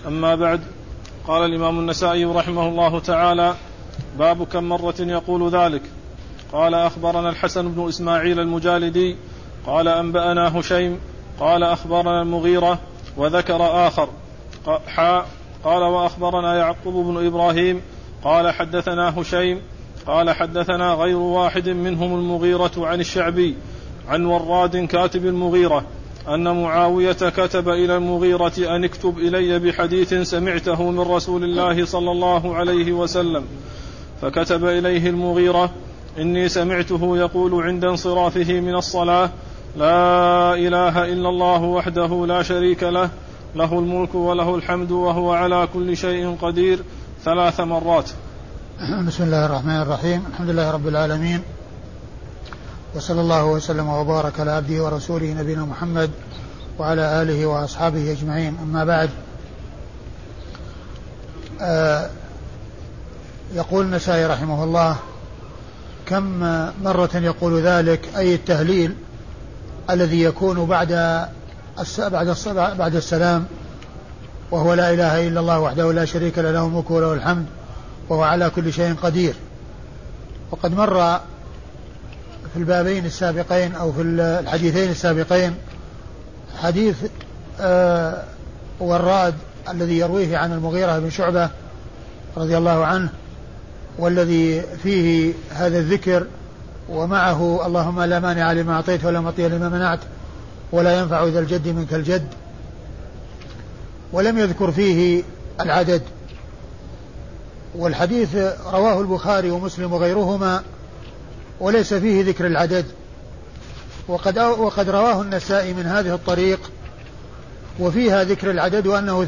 أما بعد. قال الإمام النسائي رحمه الله تعالى: باب كم مرة يقول ذلك. قال: أخبرنا الحسن بن إسماعيل المجالدي قال: أنبأنا هشيم قال: أخبرنا المغيرة وذكر آخر. قال: وأخبرنا يعقوب بن إبراهيم قال: حدثنا هشيم قال: حدثنا غير واحد منهم المغيرة عن الشعبي عن وراد كاتب المغيرة أن معاوية كتب إلى المغيرة أن اكتب إلي بحديث سمعته من رسول الله صلى الله عليه وسلم، فكتب إليه المغيرة: إني سمعته يقول عند انصرافه من الصلاة: لا إله إلا الله وحده لا شريك له، له الملك وله الحمد وهو على كل شيء قدير 3 مرات. بسم الله الرحمن الرحيم. الحمد لله رب العالمين، وصلى الله وسلم وبارك على عبده ورسوله نبينا محمد وعلى آله وأصحابه أجمعين. أما بعد، يقول النسائي رحمه الله: كم مرة يقول ذلك، أي التهليل الذي يكون بعد السلام، وهو لا إله إلا الله وحده لا شريك له، له الملك وله الحمد وهو على كل شيء قدير. وقد مر في البابين السابقين أو في الحديثين السابقين حديث وراد الذي يرويه عن المغيرة بن شعبة رضي الله عنه، والذي فيه هذا الذكر ومعه: اللهم لا مانع لما أعطيت ولا معطي لما منعت ولا ينفع ذا الجد منك الجد. ولم يذكر فيه العدد. والحديث رواه البخاري ومسلم وغيرهما وليس فيه ذكر العدد. وقد رواه النسائي من هذه الطريق وفيها ذكر العدد، وأنه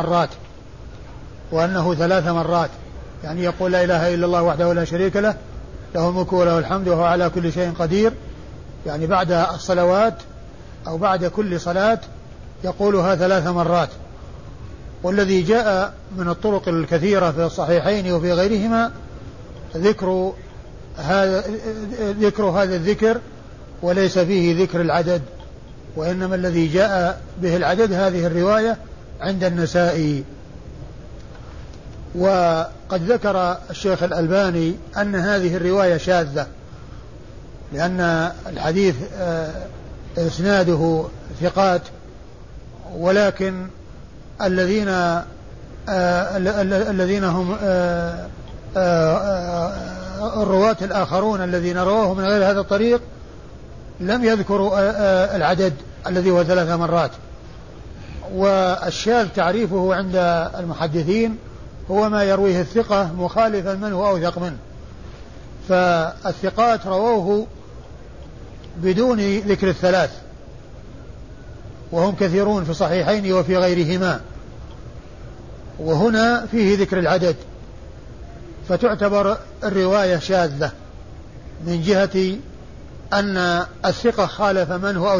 3 مرات، يعني يقول: لا إله إلا الله وحده لا شريك له، له الملك وله الحمد وهو على كل شيء قدير، يعني بعد الصلوات أو بعد كل صلاة يقولها 3 مرات. والذي جاء من الطرق الكثيرة في الصحيحين وفي غيرهما ذكر هذا الذكر، وليس فيه ذكر العدد، وإنما الذي جاء به العدد هذه الرواية عند النسائي. وقد ذكر الشيخ الألباني أن هذه الرواية شاذة، لأن الحديث إسناده ثقات، ولكن الذين هم الرواة الآخرون الذين رواه من غير هذا الطريق لم يذكروا العدد الذي هو 3 مرات. والشاذ تعريفه عند المحدثين هو ما يرويه الثقة مخالفا من هو أوثق منه، فالثقات رووه بدون ذكر 3، وهم كثيرون في الصحيحين وفي غيرهما، وهنا فيه ذكر العدد، فتعتبر الرواية شاذة من جهة أن الثقة خالف من هو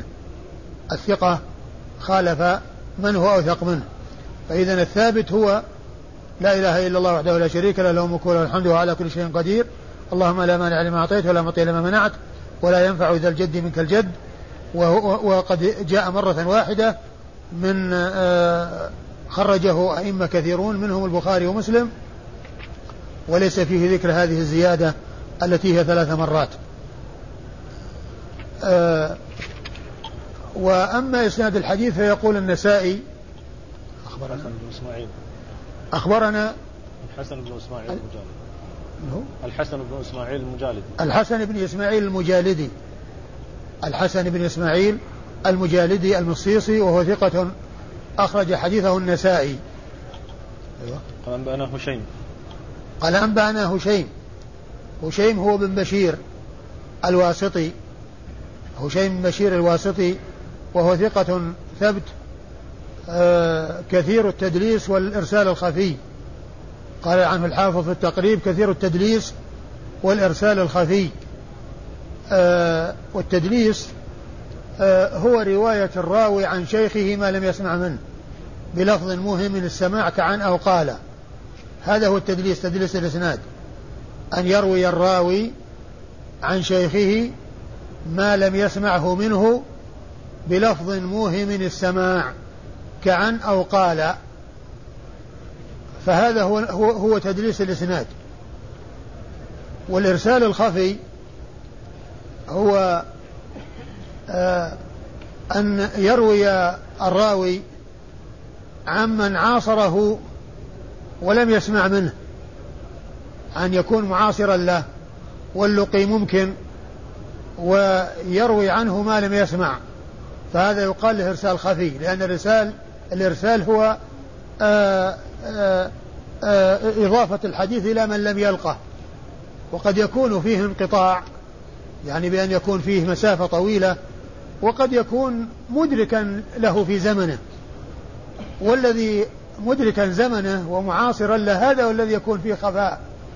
أوثق منه، فإذا الثابت هو: لا إله إلا الله وحده لا شريك له، له الملك وله الحمد وهو على كل شيء قدير، اللهم لا مانع لما أعطيت ولا معطي لما منعت ولا ينفع ذا الجد منك الجد. وقد جاء مرة واحدة من خرجه أئمة كثيرون منهم البخاري ومسلم، وليس فيه ذكر هذه الزيادة التي هي 3 مرات. وأما إسناد الحديث فيقول النسائي: أخبرنا الحسن بن إسماعيل المجالدي. الحسن بن إسماعيل المجالدي المصيصي، وهو ثقة أخرج حديثه النسائي. قال: أنبأنا هشيم هو بن بشير الواسطي، وهو ثقة ثبت كثير التدليس والإرسال الخفي. قال عنه الحافظ في التقريب: كثير التدليس والإرسال الخفي. والتدليس هو رواية الراوي عن شيخه ما لم يسمع منه بلفظ موهم من السماع كعن أو قال. هذا هو التدليس، تدليس الإسناد، أن يروي الراوي عن شيخه ما لم يسمعه منه بلفظ موهم السماع كعن أو قال. فهذا هو تدليس الإسناد. والإرسال الخفي هو أن يروي الراوي عمن عاصره ولم يسمع منه، أن يكون معاصرا له واللقي ممكن ويروي عنه ما لم يسمع، فهذا يقال له إرسال خفي، لأن الإرسال هو إضافة الحديث إلى من لم يلقه، وقد يكون فيه انقطاع يعني بأن يكون فيه مسافة طويلة، وقد يكون مدركا له في زمنه، والذي مدركا زمنه ومعاصرا له هذا والذي يكون فيه خفاء،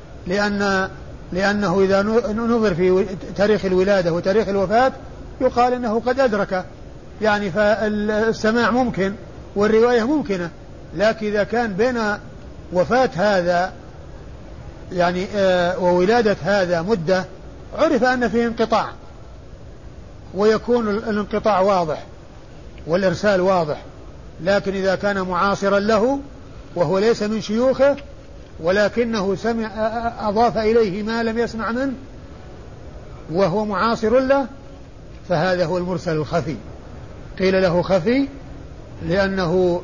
لأنه إذا نظر في تاريخ الولادة وتاريخ الوفاة يقال أنه قد أدرك، يعني فالسماع ممكن والرواية ممكنة، لكن إذا كان بين وفاة هذا يعني وولادة هذا مدة عرف أن فيه انقطاع، ويكون الانقطاع واضح والإرسال واضح. لكن إذا كان معاصرا له وهو ليس من شيوخه ولكنه أضاف إليه ما لم يسمع منه وهو معاصر له، فهذا هو المرسل الخفي. قيل له خفي لأنه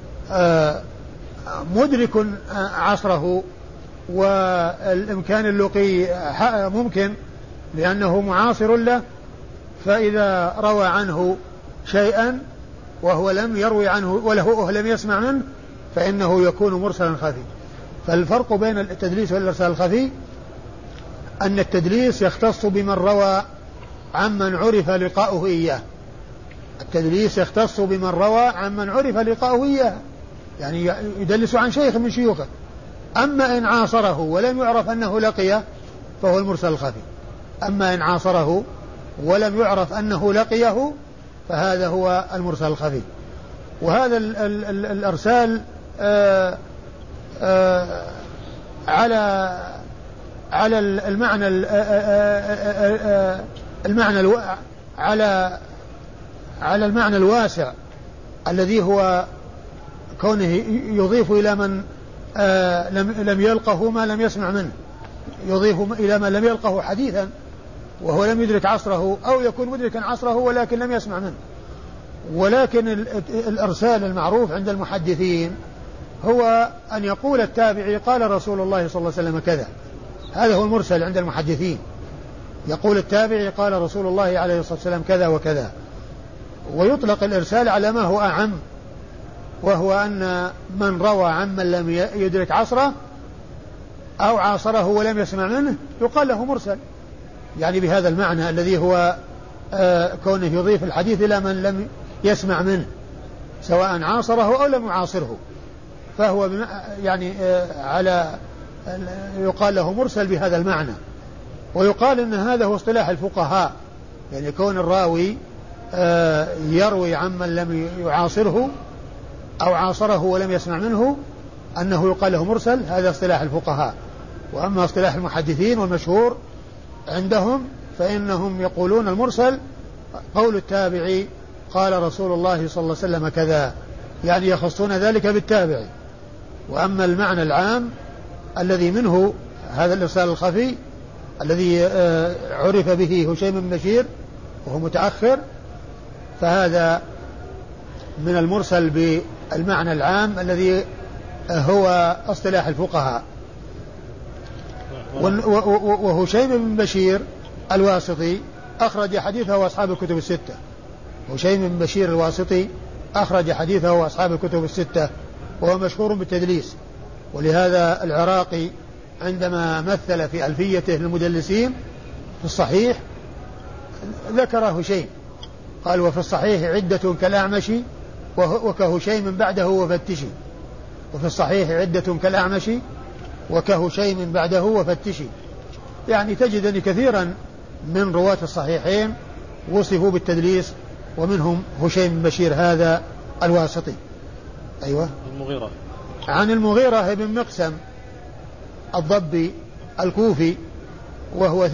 مدرك عصره، والإمكان اللقي ممكن لأنه معاصر له، فإذا روى عنه شيئا وهو لم يروي عنه وله لم يسمع منه فإنه يكون مرسلا خفي. فالفرق بين التدليس والإرسال الخفي أن التدليس يختص بمن روى عمن عرف لقاؤه إياه، التدليس يختص بمن روى عمن عرف لقاؤه إياه، يعني يدلس عن شيخ من شيوخه. أما إن عاصره ولم يعرف أنه لقيه فهو المرسل الخفي. أما إن عاصره ولم يعرف أنه لقيه فهذا هو المرسل الخفي. وهذا الإرسال على المعنى الواسع الذي هو كونه يضيف إلى من لم يلقه ما لم يسمع منه، يضيف إلى من لم يلقه حديثا وهو لم يدرك عصره، أو يكون مدركا عصره ولكن لم يسمع منه. ولكن الإرسال المعروف عند المحدثين هو أن يقول التابعي قال رسول الله صلى الله عليه وسلم كذا، هذا هو المرسل عند المحدثين، يقول التابعي قال رسول الله عليه الصلاة والسلام كذا وكذا. ويطلق الإرسال على ما هو أعم، وهو أن من روى عمن لم يدرك عصره أو عاصره ولم يسمع منه يقال له مرسل، يعني بهذا المعنى الذي هو كونه يضيف الحديث إلى من لم يسمع منه سواء عاصره أو لم يعاصره، فهو يعني على يقال له مرسل بهذا المعنى. ويقال أن هذا هو اصطلاح الفقهاء، يعني كون الراوي يروي عمن لم يعاصره أو عاصره ولم يسمع منه أنه يقال له مرسل، هذا اصطلاح الفقهاء. وأما اصطلاح المحدثين والمشهور عندهم فإنهم يقولون المرسل قول التابعي قال رسول الله صلى الله عليه وسلم كذا، يعني يخصون ذلك بالتابعي. وأما المعنى العام الذي منه هذا الإرسال الخفي الذي عرف به هشيم بن بشير وهو متأخر، فهذا من المرسل بالمعنى العام الذي هو اصطلاح الفقهاء. وهشيم بن بشير الواسطي أخرج حديثه وأصحاب الكتب الستة، هشيم بن بشير الواسطي أخرج حديثه وأصحاب الكتب الستة، وهو مشهور بالتدليس. ولهذا العراقي عندما مثل في ألفيته للمدلسين في الصحيح ذكر هشيم، قال وفي الصحيح عدة كالأعمش وكهشيم بعده وفتشي، وفي الصحيح عدة كالأعمش وكهشيم بعده وفتشي. يعني تجد أن كثيرا من رواة الصحيحين وصفوا بالتدليس، ومنهم هشيم بن بشير هذا الواسطي. أيوة. المغيرة. عن المغيرة بن مقسم الضبي الكوفي، وهو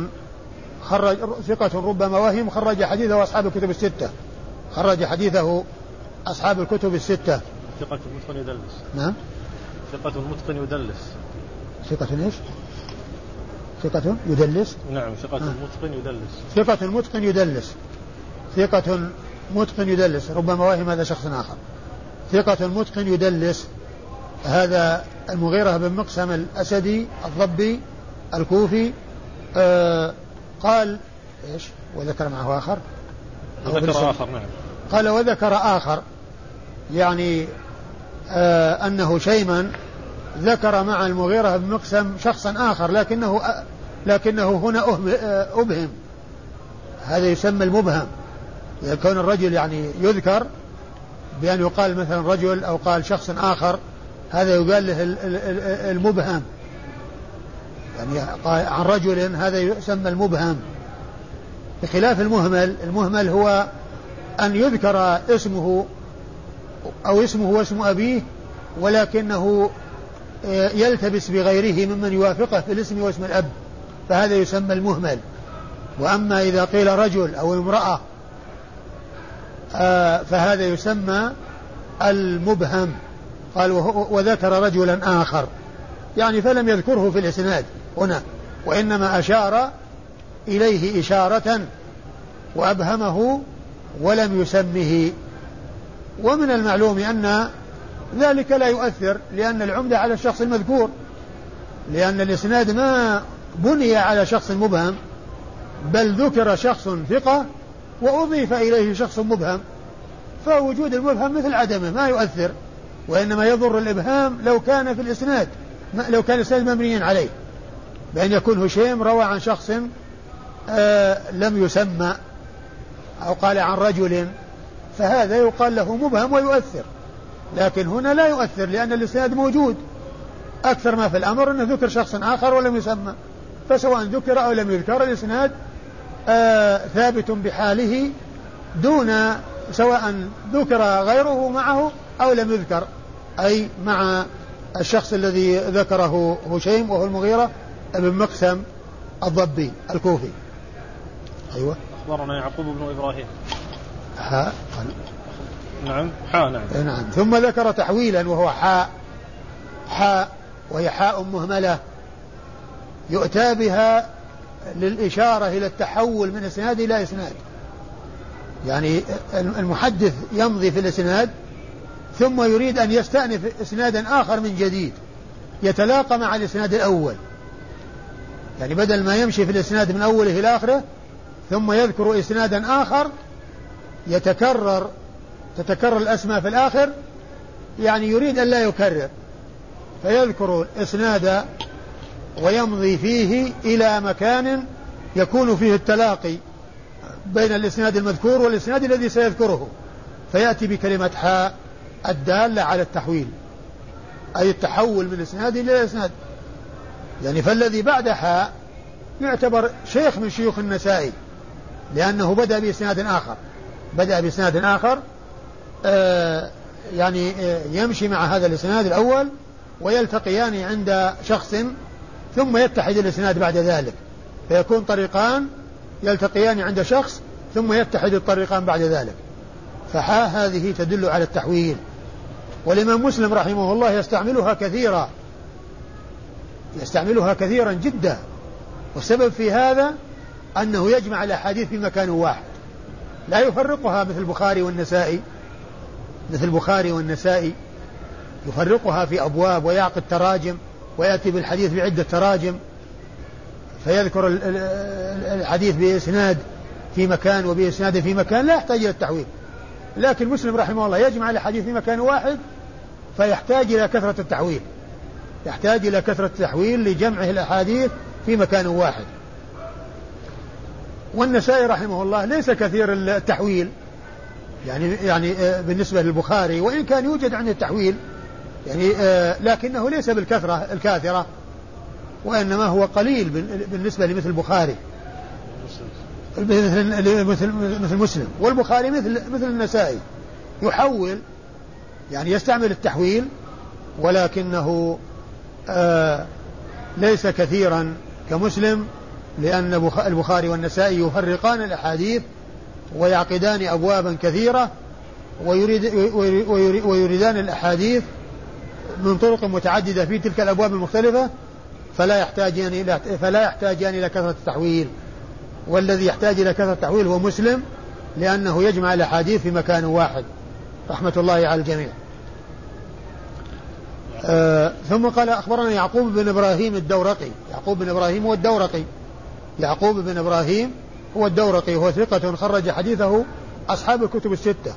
ثقة ربما وهم، خرج حديثه أصحاب الكتب الستة، خرج حديثه أصحاب الكتب الستة. ثقة متقن يدلس. نعم. ثقة متقن يدلس. ثقة ايش؟ ثقة يدلس. نعم ثقة متقن يدلس. ثقة متقن يدلس. ثقة متقن يدلس، ربما واهم هذا شخص آخر. ثقة متقن يدلس، هذا المغيرة بن مقسم الأسدي الضبي الكوفي. قال إيش؟ وذكر معه آخر. وذكر آخر نعم. قال وذكر آخر، يعني أنه شيما ذكر مع المغيرة بن مقسم شخصا آخر، لكنه هنا أبهم. هذا يسمى المبهم، يكون الرجل يعني يذكر بأن يقال مثلا رجل أو قال شخص آخر، هذا يقال له المبهم، يعني عن رجل، هذا يسمى المبهم، بخلاف المهمل. المهمل هو أن يذكر اسمه أو اسمه واسم أبيه ولكنه يلتبس بغيره ممن يوافقه في الاسم واسم الأب، فهذا يسمى المهمل. وأما إذا قيل رجل أو امرأة فهذا يسمى المبهم. قال وذكر رجلا آخر، يعني فلم يذكره في الإسناد هنا، وإنما أشار إليه إشارة وأبهمه ولم يسمه. ومن المعلوم أن ذلك لا يؤثر، لأن العمدة على الشخص المذكور، لأن الإسناد ما بني على شخص مبهم، بل ذكر شخص ثقة وأضيف إليه شخص مبهم، فوجود المبهم مثل عدمه ما يؤثر، وإنما يضر الإبهام لو كان في الإسناد، لو كان الإسناد مبنيا عليه، بأن يكون هشيم روى عن شخص لم يسمى أو قال عن رجل، فهذا يقال له مبهم ويؤثر. لكن هنا لا يؤثر، لأن الإسناد موجود، أكثر ما في الأمر أنه ذكر شخص آخر ولم يسمى، فسواء ذكر أو لم يذكر الإسناد ثابت بحاله، دون سواء ذكر غيره معه أو لم يذكر، أي مع الشخص الذي ذكره هشيم وهو المغيرة بن مقسم الضبي الكوفي. أيوة. أخبرنا يعقوب بن إبراهيم. حاء. نعم حاء. نعم. نعم. ثم ذكر تحويلا وهو حاء، وهي حاء مهملة يؤتى بها للإشارة إلى التحول من إسناد إلى إسناد، يعني المحدث يمضي في الإسناد ثم يريد أن يستأنف إسنادا آخر من جديد يتلاقى مع الإسناد الأول، يعني بدل ما يمشي في الإسناد من أوله إلى آخره ثم يذكر إسنادا آخر تتكرر الأسماء في الآخر، يعني يريد أن لا يكرر، فيذكر الإسناد ويمضي فيه إلى مكان يكون فيه التلاقي بين الإسناد المذكور والإسناد الذي سيذكره، فيأتي بكلمة حاء الدالة على التحويل، أي التحول من إسناد إلى إسناد. يعني فالذي بعد حاء يعتبر شيخ من شيوخ النسائي، لأنه بدأ بإسناد آخر يعني يمشي مع هذا الإسناد الأول ويلتقيان عند شخص ثم يتحد الإسناد بعد ذلك، فيكون طريقان يلتقيان عند شخص ثم يتحد الطريقان بعد ذلك، فحاء هذه تدل على التحويل. والإمام مسلم رحمه الله يستعملها كثيرا جدا، والسبب في هذا أنه يجمع الأحاديث في مكان واحد، لا يفرقها مثل البخاري والنسائي يفرقها في أبواب ويعقد تراجم ويأتي بالحديث بعدة تراجم، فيذكر الحديث بإسناد في مكان وبإسناد في مكان لا يحتاج إلى التحويل. لكن مسلم رحمه الله يجمع الحديث في مكان واحد فيحتاج إلى كثرة التحويل لجمعه الأحاديث في مكان واحد. والنسائي رحمه الله ليس كثير التحويل، يعني بالنسبة للبخاري، وإن كان يوجد عنده التحويل يعني لكنه ليس بالكثرة الكاثرة، وإنما هو قليل بالنسبة لمثل البخاري مثل مسلم. والبخاري مثل النسائي يحول، يعني يستعمل التحويل، ولكنه ليس كثيرا كمسلم، لأن البخاري والنسائي يفرقان الأحاديث ويعقدان أبوابا كثيرة ويريدان الأحاديث من طرق متعددة في تلك الأبواب المختلفة فلا يحتاجان إلى كثرة التحويل. والذي يحتاج إلى كثرة التحويل هو مسلم، لأنه يجمع الأحاديث في مكان واحد رحمة الله على الجميع. ثم قال أخبرنا يعقوب بن إبراهيم الدورقي. يعقوب بن إبراهيم هو الدورقي هو ثقة خرج حديثه أصحاب الكتب الستة،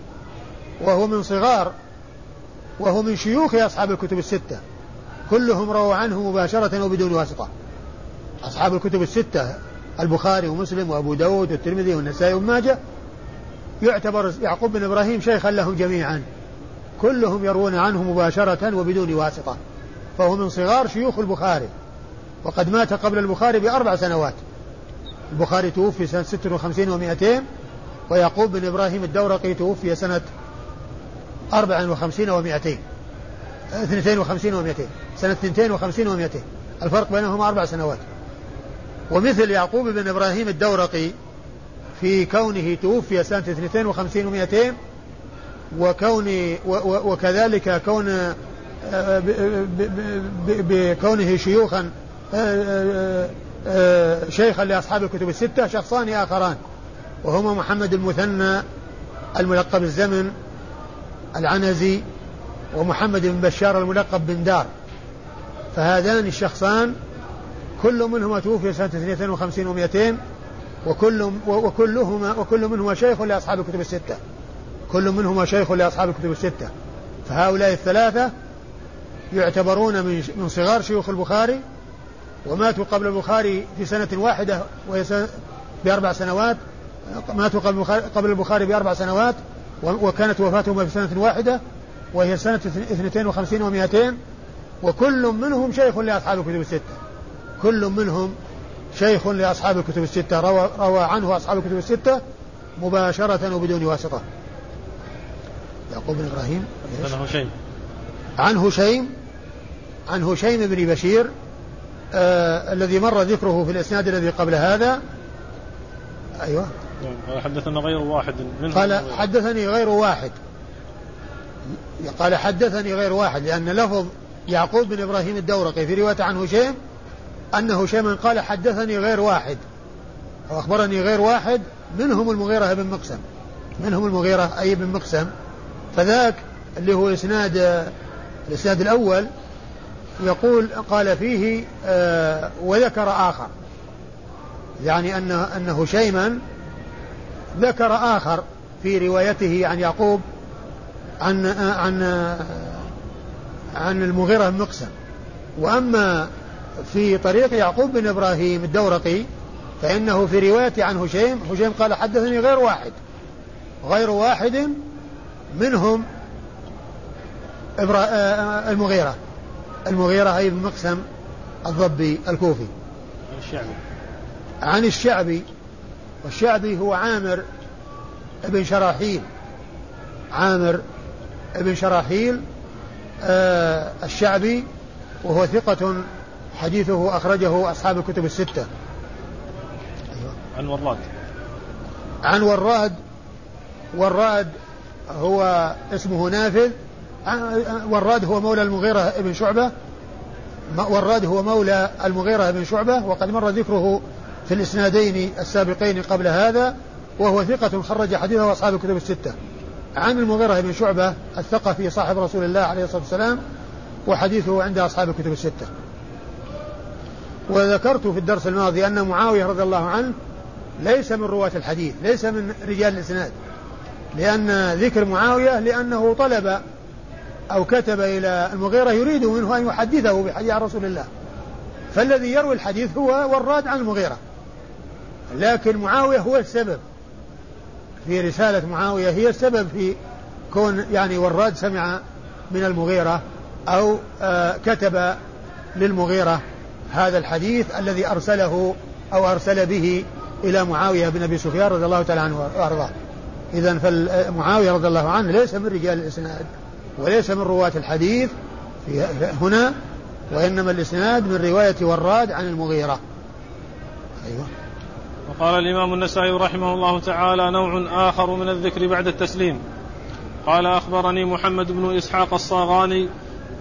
وهو من شيوخ أصحاب الكتب الستة، كلهم رووا عنه مباشرة وبدون واسطة. أصحاب الكتب الستة البخاري ومسلم وأبو داود والترمذي والنسائي وابن ماجه، يعتبر يعقوب بن إبراهيم شيخا لهم جميعا، كلهم يروون عنه مباشرة وبدون واسطة، فهو من صغار شيوخ البخاري، وقد مات قبل البخاري ب4 سنوات. البخاري توفي سنة 56 و200، ويعقوب بن إبراهيم الدورقي توفي سنة 52 و200، سنة 52 و200، الفرق بينهما 4 سنوات. ومثل يعقوب بن إبراهيم الدورقي في كونه توفي سنة 52 و200، وكذلك بكونه شيوخا شيخا لأصحاب الكتب الستة شخصان آخران، وهما محمد المثنى الملقب الزمن العنزي، ومحمد بن بشار الملقب بن دار. فهذان الشخصان كل منهما توفي سنة 52 و200، وكل منهما شيخ لأصحاب الكتب الستة، فهؤلاء الثلاثة يعتبرون من صغار شيوخ البخاري، وماتوا قبل البخاري في سنة واحدة وهي ب4 سنوات، ماتوا قبل البخاري ب4 سنوات، وكانت وفاتهم في سنة واحدة وهي سنة 52 و200، وكل منهم شيخ لأصحاب الكتب الستة، روى عنه أصحاب الكتب الستة مباشرة وبدون واسطة. يعقوب بن إبراهيم عن هشيم بن بشير الذي مر ذكره في الإسناد الذي قبل هذا. أيوة. قال حدثنا غير واحد قال حدثني غير واحد، لأن لفظ يعقوب بن إبراهيم الدورقي في رواية عن هشيم أن هشيما قال حدثني غير واحد أو أخبرني غير واحد، منهم المغيرة بن مقسم، فذاك اللي هو الإسناد الأول يقول قال فيه وذكر آخر، يعني أن هشيما ذكر آخر في روايته عن يعقوب عن المغيرة بن مقسم. وأما في طريق يعقوب بن إبراهيم الدورقي فإنه في رواية عن هشيم قال حدثني غير واحد منهم المغيرة أي بن مقسم الضبي الكوفي عن الشعبي، والشعبي هو عامر ابن شراحيل الشعبي، وهو ثقة حديثه أخرجه أصحاب الكتب الستة. عن وراد هو اسمه نافذ. وراد هو مولى المغيرة بن شعبة، وقد مر ذكره في الإسنادين السابقين قبل هذا، وهو ثقة خرج حديثه أصحاب الكتب الستة. عن المغيرة بن شعبة الثقفي صاحب رسول الله عليه الصلاة والسلام، وحديثه عند أصحاب الكتب الستة. وذكرت في الدرس الماضي أن معاوية رضي الله عنه ليس من رواة الحديث، ليس من رجال الإسناد، لأن ذكر معاوية لأنه طلب أو كتب إلى المغيرة يريد منه أن يحدثه بحديث عن رسول الله، فالذي يروي الحديث هو وراد عن المغيرة، لكن معاوية هو السبب في رسالة معاوية، هي السبب في كون يعني وراد سمع من المغيرة أو كتب للمغيرة هذا الحديث الذي أرسل به إلى معاوية بن أبي سفيان رضي الله تعالى عنه وأرضاه. إذن فمعاوية رضي الله عنه ليس من رجال الإسناد وليس من رواة الحديث هنا، وإنما الإسناد من رواية وراد عن المغيرة. أيوة. وقال الإمام النسائي رحمه الله تعالى نوع آخر من الذكر بعد التسليم. قال أخبرني محمد بن إسحاق الصاغاني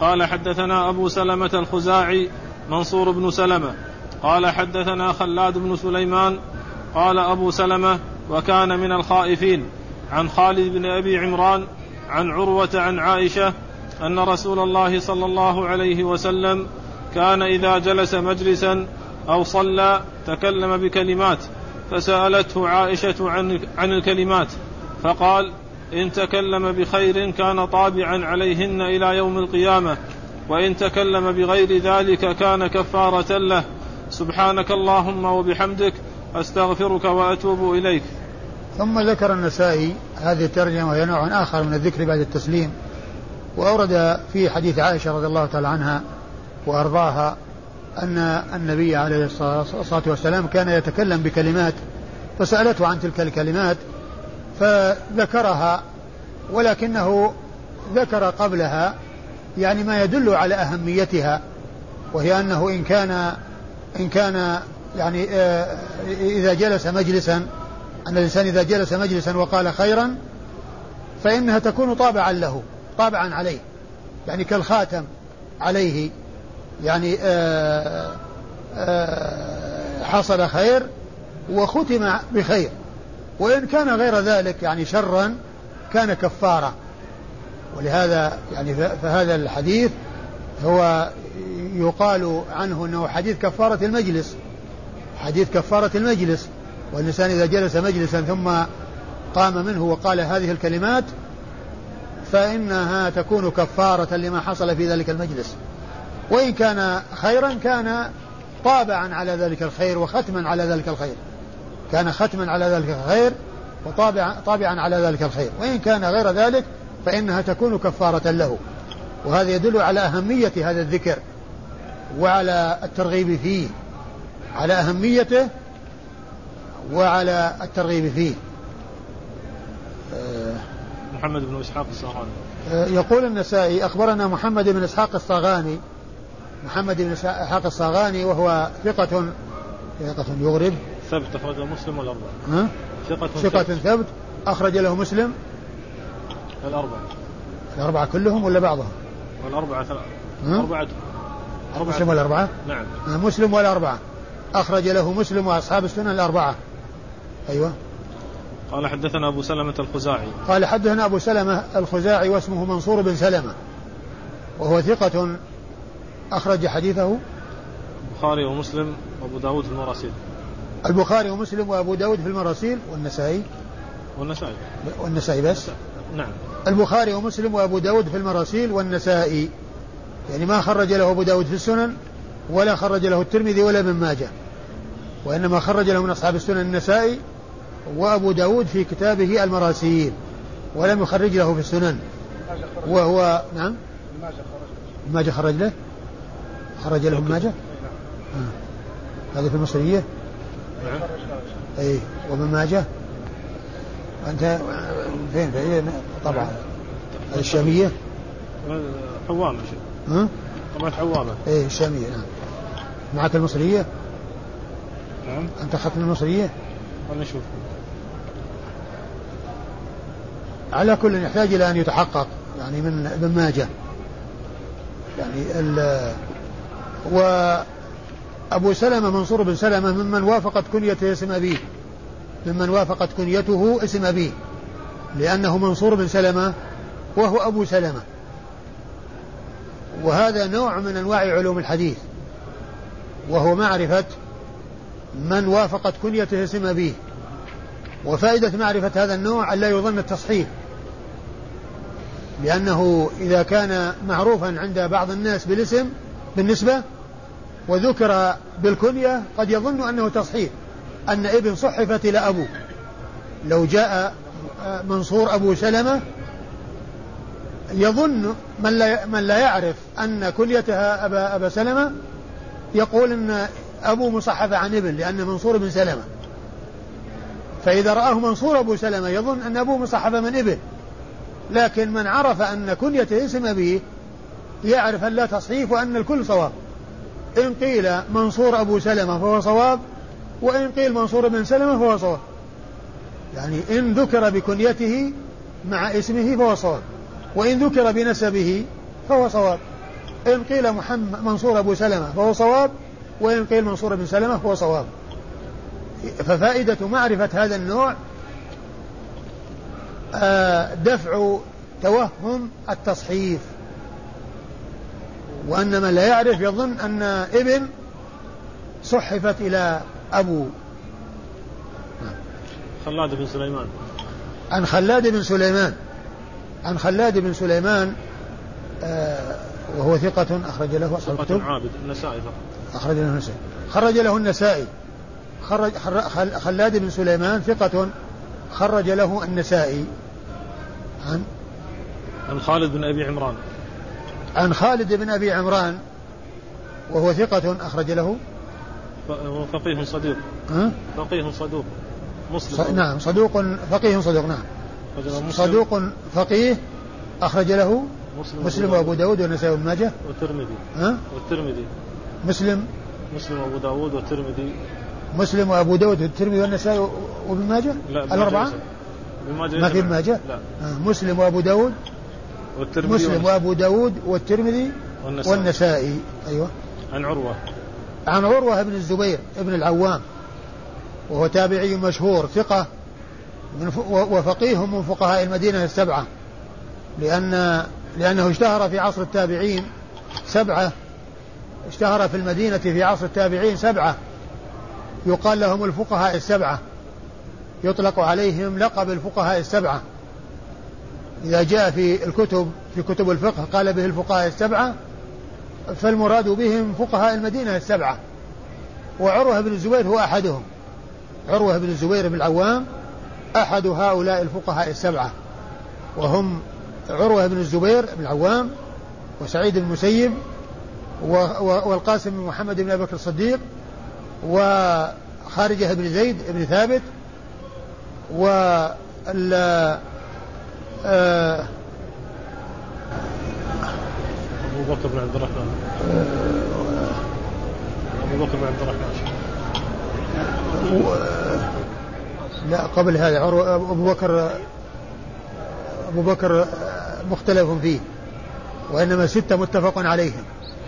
قال حدثنا أبو سلمة الخزاعي منصور بن سلمة قال حدثنا خلاد بن سليمان قال أبو سلمة وكان من الخائفين عن خالد بن أبي عمران عن عروة عن عائشة أن رسول الله صلى الله عليه وسلم كان إذا جلس مجلسا أو صلى تكلم بكلمات فسألته عائشة عن الكلمات فقال إن تكلم بخير كان طابعا عليهن إلى يوم القيامة وإن تكلم بغير ذلك كان كفارة له سبحانك اللهم وبحمدك أستغفرك وأتوب إليك. ثم ذكر النسائي هذه الترجمة وهي نوع آخر من الذكر بعد التسليم وأورد في حديث عائشة رضي الله تعالى عنها وأرضاها أن النبي عليه الصلاة والسلام كان يتكلم بكلمات فسألته عن تلك الكلمات فذكرها ولكنه ذكر قبلها يعني ما يدل على أهميتها وهي أنه إن كان يعني إذا جلس مجلسا أن الإنسان إذا جلس مجلسا وقال خيرا فإنها تكون طابعا له طابعا عليه يعني كالخاتم عليه يعني حصل خير وختم بخير وإن كان غير ذلك يعني شرا كان كفارة. ولهذا يعني فهذا الحديث هو يقال عنه أنه حديث كفارة المجلس حديث كفارة المجلس والإنسان إذا جلس مجلسا ثم قام منه وقال هذه الكلمات فإنها تكون كفارة لما حصل في ذلك المجلس وإن كان خيرا كان طابعا على ذلك الخير وختما على ذلك الخير كان ختما على ذلك الخير وطابعا على ذلك الخير وإن كان غير ذلك فإنها تكون كفارة له. وهذا يدل على أهمية هذا الذكر وعلى الترغيب فيه على أهميته وعلى الترغيب فيه. محمد بن إسحاق الصاغاني يقول النسائي أخبرنا محمد بن إسحاق الصاغاني محمد بن إسحاق الصاغاني وهو ثقة يغرب ثبت أخرج مسلم والأربعة ثقة ثبت أخرج له مسلم الأربعة كلهم ولا بعضهم والأربعة أربعة مسلم والأربعة نعم مسلم والأربعة أخرج له مسلم وأصحاب السنن الأربعة. أيوة. قال حدثنا أبو سلمة الخزاعي قال حدثنا أبو سلمة الخزاعي واسمه منصور بن سلمة وهو ثقة أخرج حديثه البخاري ومسلم وأبو داود في المراسيل البخاري ومسلم وأبو داود في المراسيل والنسائي بس نعم البخاري ومسلم وأبو داود في المراسيل والنسائي يعني ما خرج له أبو داود في السنن ولا خرج له الترمذي ولا ابن ماجه وإنما خرج له من أصحاب السنن النسائي وأبو داود في كتابه المراسيل ولم يخرج له في السنن وهو نعم ماجه خرج له ابن ماجه هذا في المصرية أي وابن ماجه أنت فين طبعا الشامية حوامة طبعا حوامة ايه الشامية نعم. معك المصرية نعم أنت أخذت من المصرية خلنا نشوف على كل يحتاج إلى أن يتحقق يعني من ابن ماجه يعني وأبو سلمة منصور بن سلمة ممن وافقت كنيته اسم أبيه لأنه منصور بن سلمة وهو أبو سلمة وهذا نوع من أنواع علوم الحديث وهو معرفة من وافقت كنيته اسم أبيه وفائدة معرفة هذا النوع ألا يظن التصحيح لأنه إذا كان معروفا عند بعض الناس بالاسم بالنسبة وذكر بالكنية قد يظن أنه تصحيح أن ابن صحفت إلى أبوه لو جاء منصور أبو سلمة يظن من لا يعرف أن كنيتها أبا سلمة يقول أن أبو مصحف عن ابن لأن منصور بن سلمة فإذا رآه منصور أبو سلمة يظن أن أبو مصحف من ابن لكن من عرف أن كنيته اسم أبيه يعرف أن لا تصحيف وأن الكل صواب إن قيل منصور أبو سلمة فهو صواب وإن قيل منصور بن سلمة فهو صواب يعني إن ذكر بكنيته مع اسمه فهو صواب وإن ذكر بنسبه فهو صواب إن قيل منصور أبو سلمة فهو صواب، وإن قيل منصور بن سلمة فهو صواب. ففائدة معرفة هذا النوع دفع توهم التصحيف، وأن من لا يعرف يظن أن ابن صحفت إلى أبو. خلاد بن سليمان. عن خلاد بن سليمان، عن خلاد بن سليمان وهو ثقة أخرج له أصحاب الكتب. ثقة عابد، النسائي فقط. أخرج له النسائي. خرج له النسائي. خلاد بن سليمان ثقة خرج له النسائي. عن خالد بن أبي عمران. عن خالد بن أبي عمران وهو ثقة أخرج له. فقيه صدوق. فقيه صدوق. مسلم. نعم صدوق فقيه صدوق. نعم صدوق فقيه أخرج له مسلم وأبو داود والنسائي وابن ماجه والترمذي. والترمذي. مسلم وأبو داود والترمذي. مسلم وأبو داود والترمذي والنسائي وابن ماجه. الأربعة. ما في ابن ماجه. مسلم وأبو داود والترمذي. مسلم وأبو داود والترمذي والنسائي. أيوة. عن عروة بن الزبير ابن العوام وهو تابعي مشهور ثقة وفقيه من فقهاء المدينة السبعة، لأنه اشتهر في عصر التابعين سبعة، اشتهر في المدينة في عصر التابعين سبعة يقال لهم الفقهاء السبعة، يطلق عليهم لقب الفقهاء السبعة. إذا جاء في الكتب في كتب الفقه قال به الفقهاء السبعة، فالمراد بهم فقهاء المدينة السبعة، وعروة بن الزبير هو أحدهم. عروة بن الزبير بن العوام أحد هؤلاء الفقهاء السبعة، وهم عروة بن الزبير بن العوام وسعيد بن المسيب والقاسم بن محمد بن أبي بكر الصديق وخارجة بن زيد بن ثابت أبو بكر بن عبد الرحمن. أبو بكر بن عبد الرحمن. لا قبل هذا أبو بكر مختلف فيه، وإنما ستة متفق عليهم.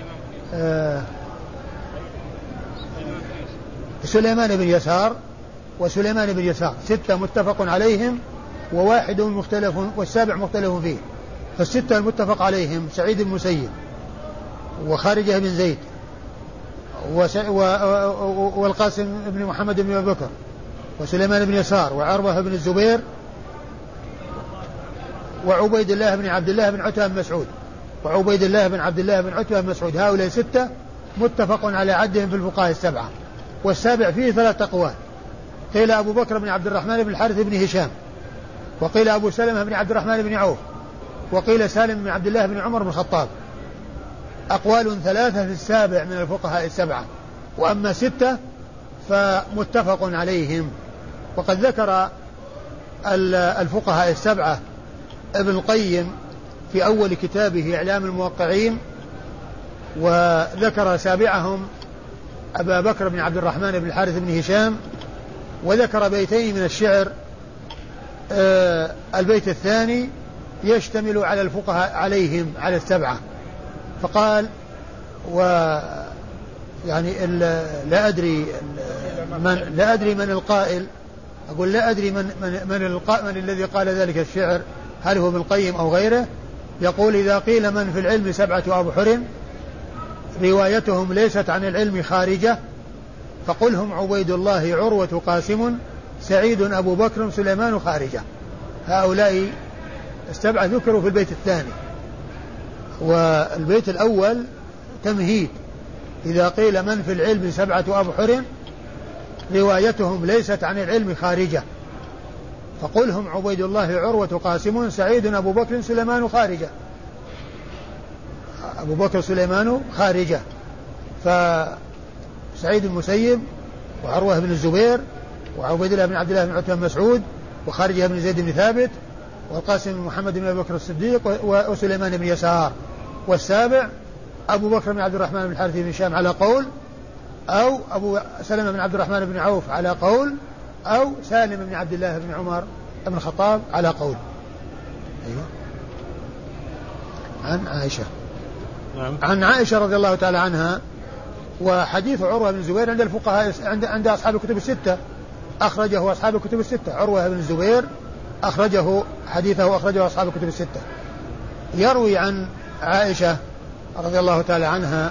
سليمان بن يسار وسليمان بن يسار ستة متفق عليهم وواحد مختلف والسابع مختلف فيه. فالستة المتفق عليهم سعيد بن المسيب وخارجة بن زيد والقاسم بن محمد بن أبي بكر وسليمان بن يسار وعروة بن الزبير وعبيد الله بن عبد الله بن عتبة بن مسعود وعبيد الله بن عبد الله بن عتبة بن مسعود. هؤلاء ستة متفق على عدهم في الفقهاء السبعة. والسابع فيه ثلاثة أقوال، قيل أبو بكر بن عبد الرحمن بن الحارث بن هشام، وقيل أبو سلمة بن عبد الرحمن بن عوف، وقيل سالم بن عبد الله بن عمر بن الخطاب. أقوال ثلاثة في السابع من الفقهاء السبعة، وأما ستة فمتفق عليهم. وقد ذكر الفقهاء السبعة ابن القيم في أول كتابه إعلام الموقعين، وذكر سابعهم أبا بكر بن عبد الرحمن بن الحارث بن هشام، وذكر بيتين من الشعر. البيت الثاني يشتمل على الفقهاء عليهم على السبعة، فقال يعني لا أدري من القائل، أقول لا أدري من الذي قال ذلك الشعر، هل هو ابن القيم أو غيره. يقول إذا قيل من في العلم سبعة أبحر روايتهم ليست عن العلم خارجة فقلهم عبيد الله عروة قاسم سعيد أبو بكر سليمان خارجة. هؤلاء السبعة ذكروا في البيت الثاني. والبيت الأول تمهيد، إذا قيل من في العلم سبعة أبحر روايتهم ليست عن العلم خارجة فقلهم عبيد الله عروة قاسم سعيد أبو بكر سليمان خارجة. أبو بكر سليمان خارجة، فسعيد المسيب وعروة بن الزبير وعبيد الله بن عبد الله بن عتبة بن مسعود وخارجة بن زيد بن ثابت والقاسم بن محمد بن أبي بكر الصديق وسليمان بن يسار. والسابع أبو بكر بن عبد الرحمن بن الحارث بن هشام على قول، أو أبو سلمة بن عبد الرحمن بن عوف على قول، أو سالم بن عبد الله بن عمر بن الخطاب على قول. أيوة. عن عائشة نعم. عن عائشة رضي الله تعالى عنها. وحديث عروة بن الزبير عند الفقهاء عند أصحاب الكتب الستة، أخرجه أصحاب الكتب الستة. عروة بن الزبير حديثه أخرجه أصحاب الكتب الستة. يروي عن عائشة رضي الله تعالى عنها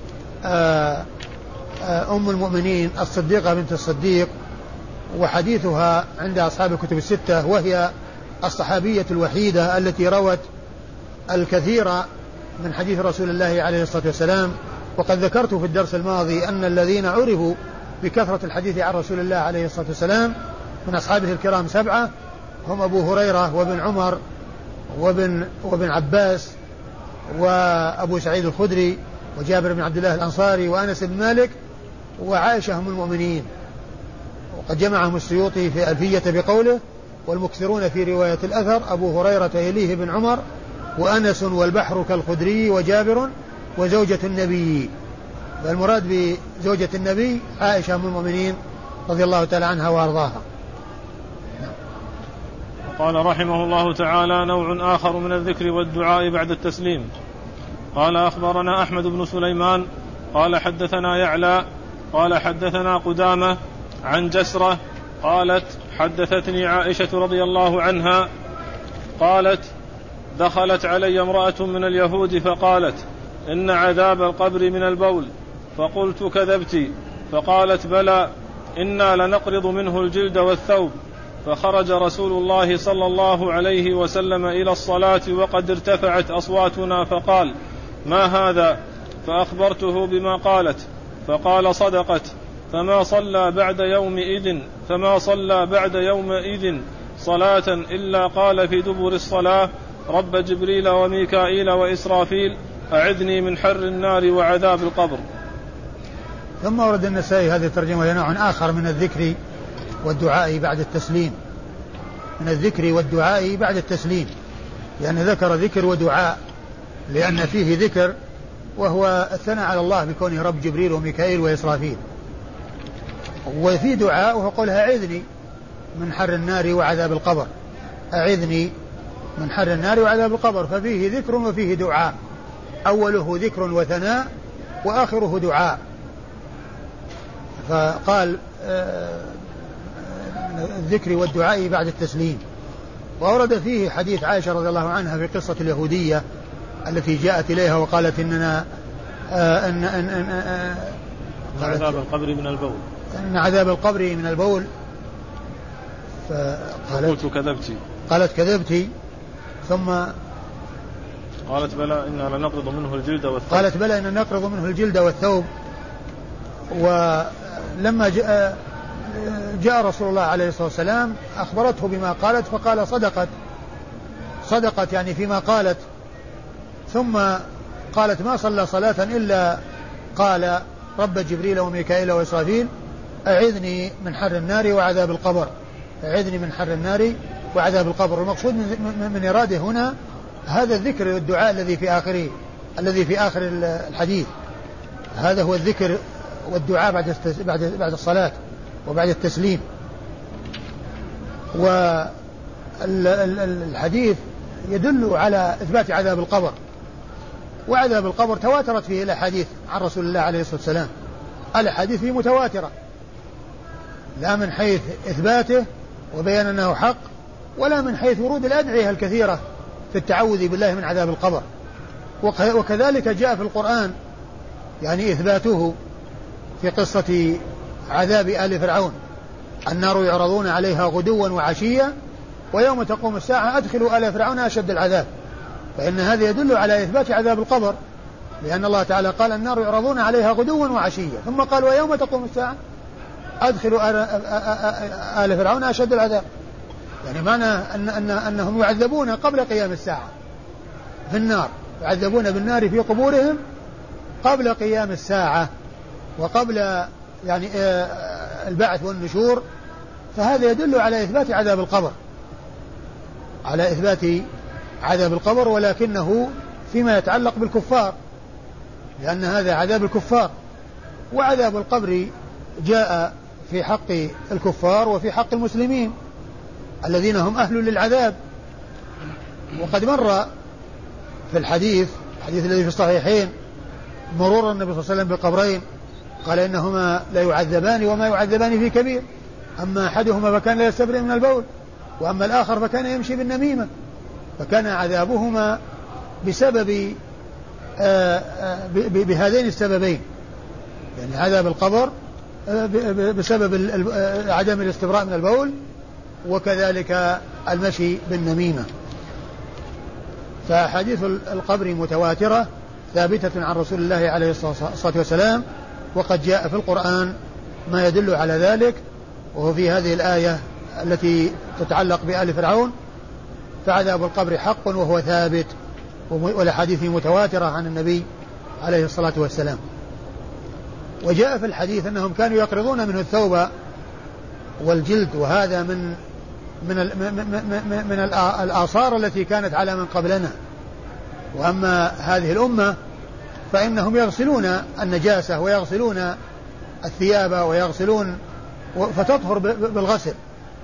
أم المؤمنين الصديقة بنت الصديق، وحديثها عند أصحاب الكتب الستة، وهي الصحابية الوحيدة التي روت الكثير من حديث رسول الله عليه الصلاة والسلام. وقد ذكرت في الدرس الماضي أن الذين عرفوا بكثرة الحديث عن رسول الله عليه الصلاة والسلام من أصحابه الكرام 7 هم أبو هريرة وابن عمر وابن عباس وأبو سعيد الخدري وجابر بن عبد الله الأنصاري وأنس بن مالك وعائشة أم المؤمنين. وقد جمعهم السيوطي في ألفية بقوله: والمكثرون في رواية الأثر أبو هريرة يليه بن عمر وأنس والبحر كالخدري وجابر وزوجة النبي. فالمراد بزوجة النبي عائشة أم المؤمنين رضي الله تعالى عنها وأرضاها. قال رحمه الله تعالى: نوع آخر من الذكر والدعاء بعد التسليم. قال: أخبرنا أحمد بن سليمان قال حدثنا يعلى قال حدثنا قدامة عن جسرة قالت: حدثتني عائشة رضي الله عنها قالت: دخلت علي امرأة من اليهود فقالت: إن عذاب القبر من البول. فقلت: كذبت. فقالت: بلى، إنا لنقرض منه الجلد والثوب. فخرج رسول الله صلى الله عليه وسلم إلى الصلاة وقد ارتفعت أصواتنا فقال: ما هذا؟ فأخبرته بما قالت فقال: صدقت. فما صلى بعد يومئذ صلاة إلا قال في دبر الصلاة: رب جبريل وميكائيل وإسرافيل أعذني من حر النار وعذاب القبر. ثم ورد النسائي هذه الترجمة لنوع آخر من الذكر والدعاء بعد التسليم، يعني ذكر ذكر ودعاء، لأن فيه ذكر وهو الثناء على الله بكونه رب جبريل وميكائيل وإسرافيل، وفي دعاء وهو قولها: أعذني من حر النار وعذاب القبر، أعذني من حر النار وعذاب القبر. ففيه ذكر وفيه دعاء، أوله ذكر وثناء وآخره دعاء. فقال الذكر والدعاء بعد التسليم. وأورد فيه حديث عائشة رضي الله عنها في قصة اليهودية التي جاءت إليها وقالت إننا عذاب القبر من البول، إن عذاب القبر من البول. قالت: كذبت. ثم قالت: بلى، إننا لنقرض منه الجلد والثوب. قالت: بلى، إننا نقرض منه الجلد والثوب. ولما جاء رسول الله عليه الصلاة والسلام أخبرته بما قالت فقال: صدقت يعني فيما قالت. ثم قالت: ما صلى صلاة إلا قال: رب جبريل وميكائيل وإسرافيل أعذني من حر النار وعذاب القبر، أعذني من حر النار وعذاب القبر. والمقصود من إراده هنا هذا الذكر والدعاء الذي في آخر الحديث. هذا هو الذكر والدعاء بعد الصلاة وبعد التسليم. والحديث يدل على إثبات عذاب القبر، وعذاب القبر تواترت فيه الأحاديث عن رسول الله عليه الصلاة والسلام، الأحاديث فيه متواترة، لا من حيث إثباته وبيان أنه حق، ولا من حيث ورود الأدعية الكثيرة في التعوذ بالله من عذاب القبر. وكذلك جاء في القرآن يعني إثباته في قصة عذاب آل فرعون: النار يعرضون عليها غدوا وعشيا ويوم تقوم الساعة أدخلوا آل فرعون أشد العذاب. فإن هذا يدل على إثبات عذاب القبر، لأن الله تعالى قال: النار يعرضون عليها غدوا وعشيا، ثم قال: ويوم تقوم الساعة أدخلوا آل فرعون أشد العذاب. يعني معنى أنهم يعذبون قبل قيام الساعة في النار، يعذبون بالنار في قبورهم قبل قيام الساعة وقبل يعني البعث والنشور. فهذا يدل على إثبات عذاب القبر، ولكنه فيما يتعلق بالكفار، لأن هذا عذاب الكفار. وعذاب القبر جاء في حق الكفار وفي حق المسلمين الذين هم أهل للعذاب. وقد مر في الحديث الحديث الذي في الصحيحين مرور النبي صلى الله عليه وسلم بقبرين قال إنهما لا يعذبان وما يعذبان في كبير، أما أحدهما فكان لا يستبرئ من البول، وأما الآخر فكان يمشي بالنميمة، فكان عذابهما بسبب بهذين السببين، يعني عذاب القبر بسبب عدم الاستبراء من البول، وكذلك المشي بالنميمة. فحديث القبر متواترة ثابتة عن رسول الله عليه الصلاة والسلام، وقد جاء في القرآن ما يدل على ذلك، وهو في هذه الآية التي تتعلق بآل فرعون، فعذاب القبر حق وهو ثابت، والحديث متواترة عن النبي عليه الصلاة والسلام. وجاء في الحديث أنهم كانوا يقرضون منه الثوب والجلد، وهذا من الآثار التي كانت على من قبلنا. وأما هذه الأمة فإنهم يغسلون النجاسة ويغسلون الثياب ويغسلون فتطهر بالغسل.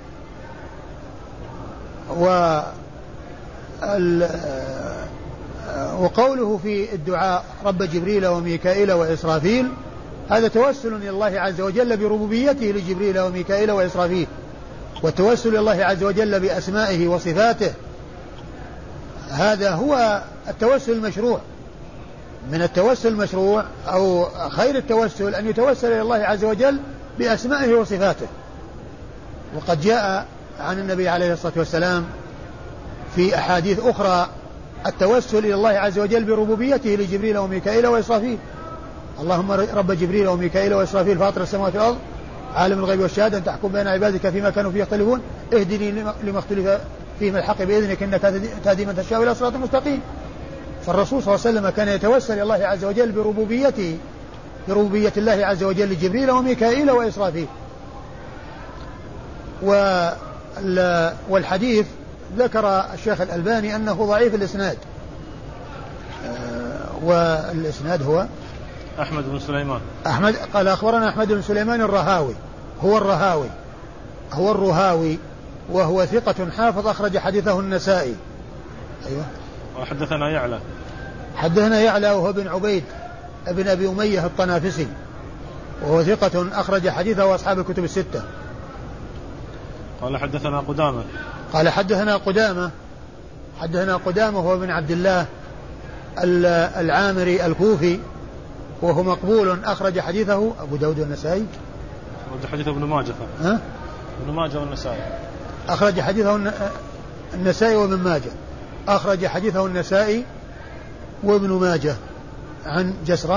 وقوله في الدعاء رب جبريل وميكائيل وإسرافيل، هذا توسل إلى الله عز وجل بربوبيته لجبريل وميكائيل وإسرافيل، والتوسل إلى الله عز وجل بأسمائه وصفاته، هذا هو التوسل المشروع. من التوسل المشروع أو خير التوسل أن يتوسل إلى الله عز وجل بأسمائه وصفاته. وقد جاء عن النبي عليه الصلاة والسلام في أحاديث أخرى التوسل إلى الله عز وجل بربوبيته لجبريل وميكائيل وإسرافيل. اللهم رب جبريل وميكائيل وإسرافيل فاطر السماوات والأرض عالم الغيب والشهادة أن تحكم بين عبادك فيما كانوا فيه يختلفون اهدني لما اختلف فيه من الحق بإذنك إنك تهدي من تشاء إلى صراط مستقيم. فالرسول صلى الله عليه وسلم كان يتوسل إلى الله عز وجل بربوبيته، بربوبية الله عز وجل لجبريل وميكائيل وإسرافيل. والحديث ذكر الشيخ الألباني أنه ضعيف الإسناد، والإسناد هو أحمد بن سليمان. قال أخبرنا أحمد بن سليمان الرهاوي، هو الرهاوي وهو ثقة حافظ أخرج حديثه النسائي. أيوة. حدثنا يعلى وهو بن عبيد ابن أبي أمية الطنافسي، وهو ثقة أخرج حديثه أصحاب الكتب الستة. قال حدثنا قدامة هو بن عبد الله العامري الكوفي، وهو مقبول أخرج حديثه أبو داود والنسائي. حديثه ابن ماجه. ابن ماجه والنسائي. أخرج حديثه النسائي وابن ماجه. أخرج حديثه النسائي وابن ماجه عن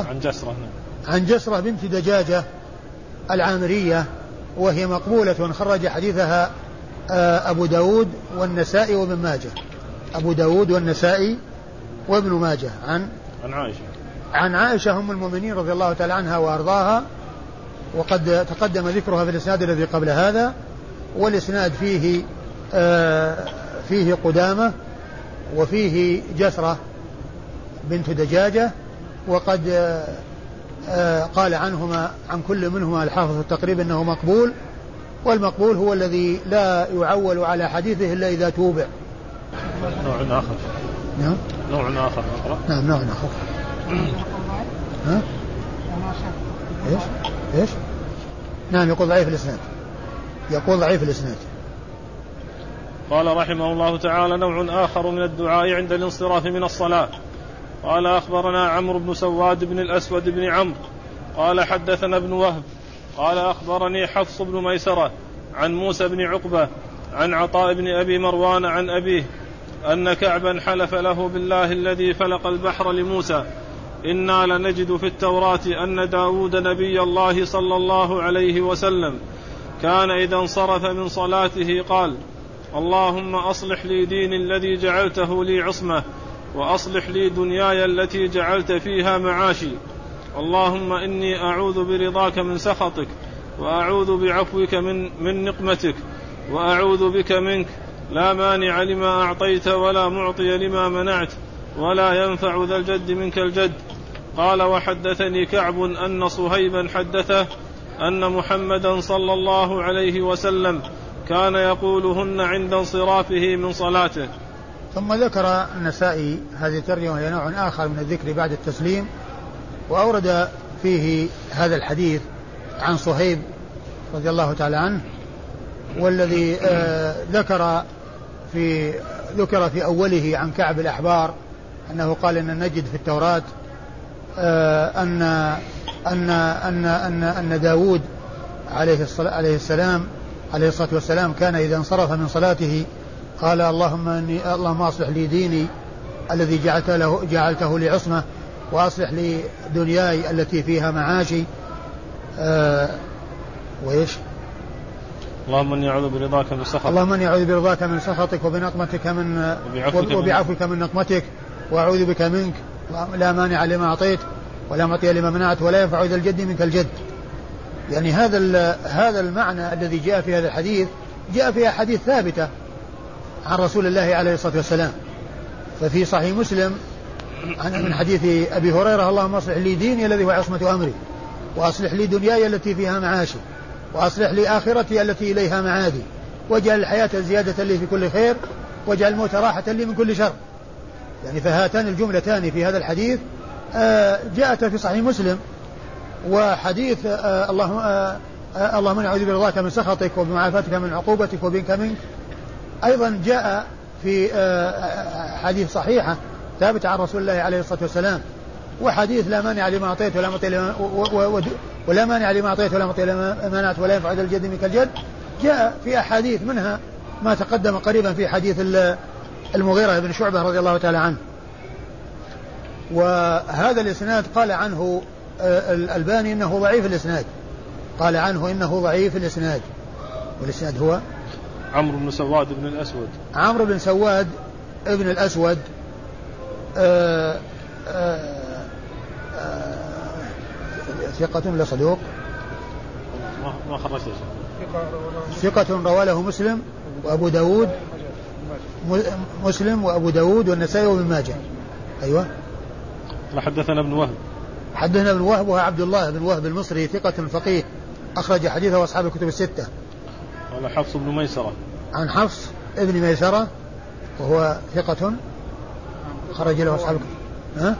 جسرة بنت دجاجة العامرية، وهي مقبولة خرج حديثها أبو داود والنسائي وابن ماجه. أبو داود والنسائي وابن ماجه عن عائشة أم المؤمنين رضي الله تعالى عنها وأرضاها، وقد تقدم ذكرها في الإسناد الذي قبل هذا. والإسناد فيه قدامة وفيه جسرة بنت دجاجة، وقد قال عنهما عن كل منهما الحافظ التقريب أنه مقبول، والمقبول هو الذي لا يعول على حديثه إلا إذا توبع. نوع آخر. نعم نوع آخر. ها؟ إيش؟ نعم يقول ضعيف الإسناد. قال رحمه الله تعالى: نوع آخر من الدعاء عند الانصراف من الصلاة. قال أخبرنا عمرو بن سواد بن الأسود بن عمرو قال حدثنا ابن وهب قال أخبرني حفص بن ميسرة عن موسى بن عقبة عن عطاء بن أبي مروان عن أبيه أن كعبا حلف له بالله الذي فلق البحر لموسى: إنا لنجد في التوراة أن داود نبي الله صلى الله عليه وسلم كان إذا انصرف من صلاته قال: اللهم أصلح لي ديني الذي جعلته لي عصمة، وأصلح لي دنياي التي جعلت فيها معاشي، اللهم إني أعوذ برضاك من سخطك، وأعوذ بعفوك من نقمتك، وأعوذ بك منك، لا مانع لما أعطيت ولا معطي لما منعت، ولا ينفع ذا الجد منك الجد. قال: وحدثني كعب أن صهيبا حدثه أن محمدا صلى الله عليه وسلم كان يقولهن عند انصرافه من صلاته. ثم ذكر النسائي هذه الترجمة وهي نوع آخر من الذكر بعد التسليم، وأورد فيه هذا الحديث عن صهيب رضي الله تعالى عنه، والذي ذكر في أوله عن كعب الأحبار أنه قال إن نجد في التوراة أن داود عليه الصلاة والسلام كان إذا انصرف من صلاته قال اللهم أصلح لي ديني الذي جعلته لي عصمة، وأصلح لي دنياي التي فيها معاشي، وإيش؟ اللهم اني اعوذ برضاك من سخطك، اللهم اني اعوذ برضاك من سخطك وبعفوك من نقمتك، واعوذ بك منك لا مانع لما اعطيت ولا معطي لما منعت ولا ينفع ذا الجد منك الجد. يعني هذا المعنى الذي جاء في هذا الحديث جاء في احاديث ثابته عن رسول الله عليه الصلاه والسلام. ففي صحيح مسلم من حديث ابي هريره اللهم اصلح لي ديني الذي هو عصمه امري، واصلح لي دنياي التي فيها معاشي، وأصلح لي آخرتي التي إليها معادي، واجعل الحياة زيادة لي في كل خير، واجعل الموت راحة لي من كل شر. يعني فهاتان الجملتان في هذا الحديث جاءت في صحيح مسلم. وحديث اللهم نعوذ برضاك من سخطك وبمعافاتك من عقوبتك وبك منك أيضا جاء في حديث صحيحة ثابت عن رسول الله عليه الصلاة والسلام. وحديث لا مانع لما أعطيت ولا مانع لما أعطيت ولا معطي لما منعت ولا ينفع ذا الجد منك الجد جاء في أحاديث، منها ما تقدم قريبا في حديث المغيرة بن شعبة رضي الله تعالى عنه. وهذا الإسناد قال عنه الألباني إنه ضعيف الإسناد، قال عنه إنه ضعيف الإسناد. والإسناد هو عمرو بن سواد بن الأسود، عمرو بن سواد ابن الأسود ثقة ولا صدوق؟ ما خرجت ثقة رواه له مسلم وأبو داود، مسلم وأبو داود والنسائي وابن ماجه. أيوة. حدثنا ابن وهب، حدثنا ابن وهب وهو عبد الله بن وهب المصري ثقة فقيه أخرج حديثه وأصحاب الكتب الستة. قال حفص بن ميسرة، عن حفص ابن ميسرة وهو ثقة خرج له أصحاب الكتب.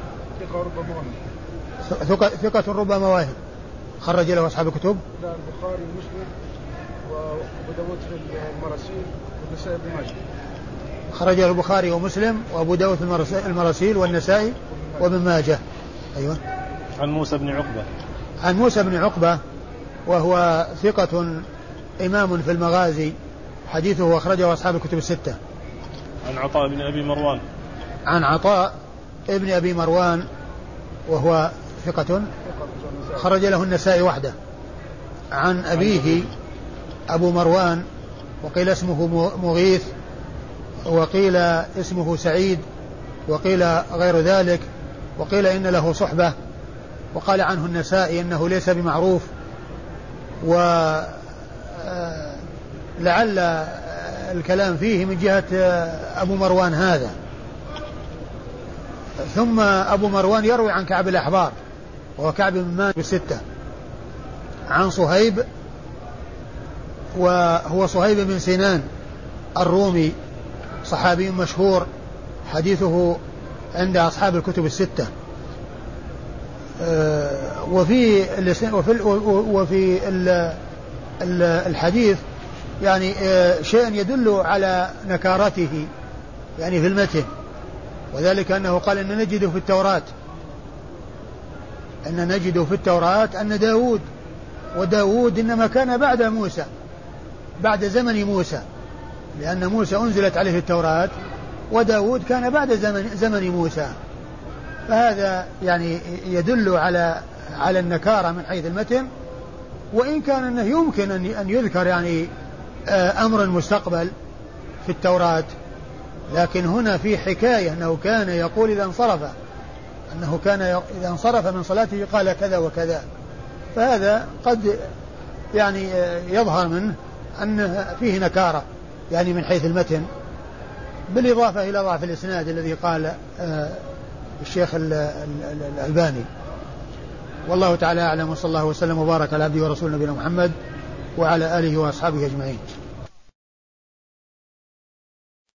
ثقة ربما واهم خرج له أصحاب الكتب. لا، البخاري ومسلم وأبو داود في المراسيل والنسائي بن ماجه. خرج له البخاري ومسلم وأبو داود في المراسيل والنسائي وابن ماجه. أيوة. عن موسى بن عقبة، عن موسى بن عقبة وهو ثقة إمام في المغازي حديثه أخرجه أصحاب الكتب الستة. عن عطاء بن أبي مروان، عن عطاء ابن أبي مروان وهو ثقة خرج له النسائي وحده. عن أبيه أبو مروان وقيل اسمه مغيث وقيل اسمه سعيد وقيل غير ذلك وقيل إن له صحبة، وقال عنه النسائي إنه ليس بمعروف، ولعل الكلام فيه من جهة أبو مروان هذا. ثم أبو مروان يروي عن كعب الأحبار وهو كعب بن مالك بالستة، عن صهيب وهو صهيب بن سنان الرومي صحابي مشهور حديثه عند أصحاب الكتب الستة. وفي الحديث يعني شيء يدل على نكارته يعني في المتن، وذلك أنه قال إن نجد في التوراة أن داود، وداود إنما كان بعد موسى، بعد زمن موسى، لأن موسى أنزلت عليه التوراة وداود كان بعد زمن موسى. فهذا يعني يدل على النكارة من حيث المتن، وإن كان أنه يمكن أن يذكر يعني أمر مستقبل في التوراة، لكن هنا في حكاية أنه كان يقول إذا انصرف من صلاته قال كذا وكذا، فهذا قد يعني يظهر منه أن فيه نكارة يعني من حيث المتن، بالإضافة إلى ضعف الإسناد الذي قال الشيخ الألباني. والله تعالى أعلم، وصلى الله وسلم وبارك على عبده ورسوله نبينا محمد وعلى آله وأصحابه أجمعين.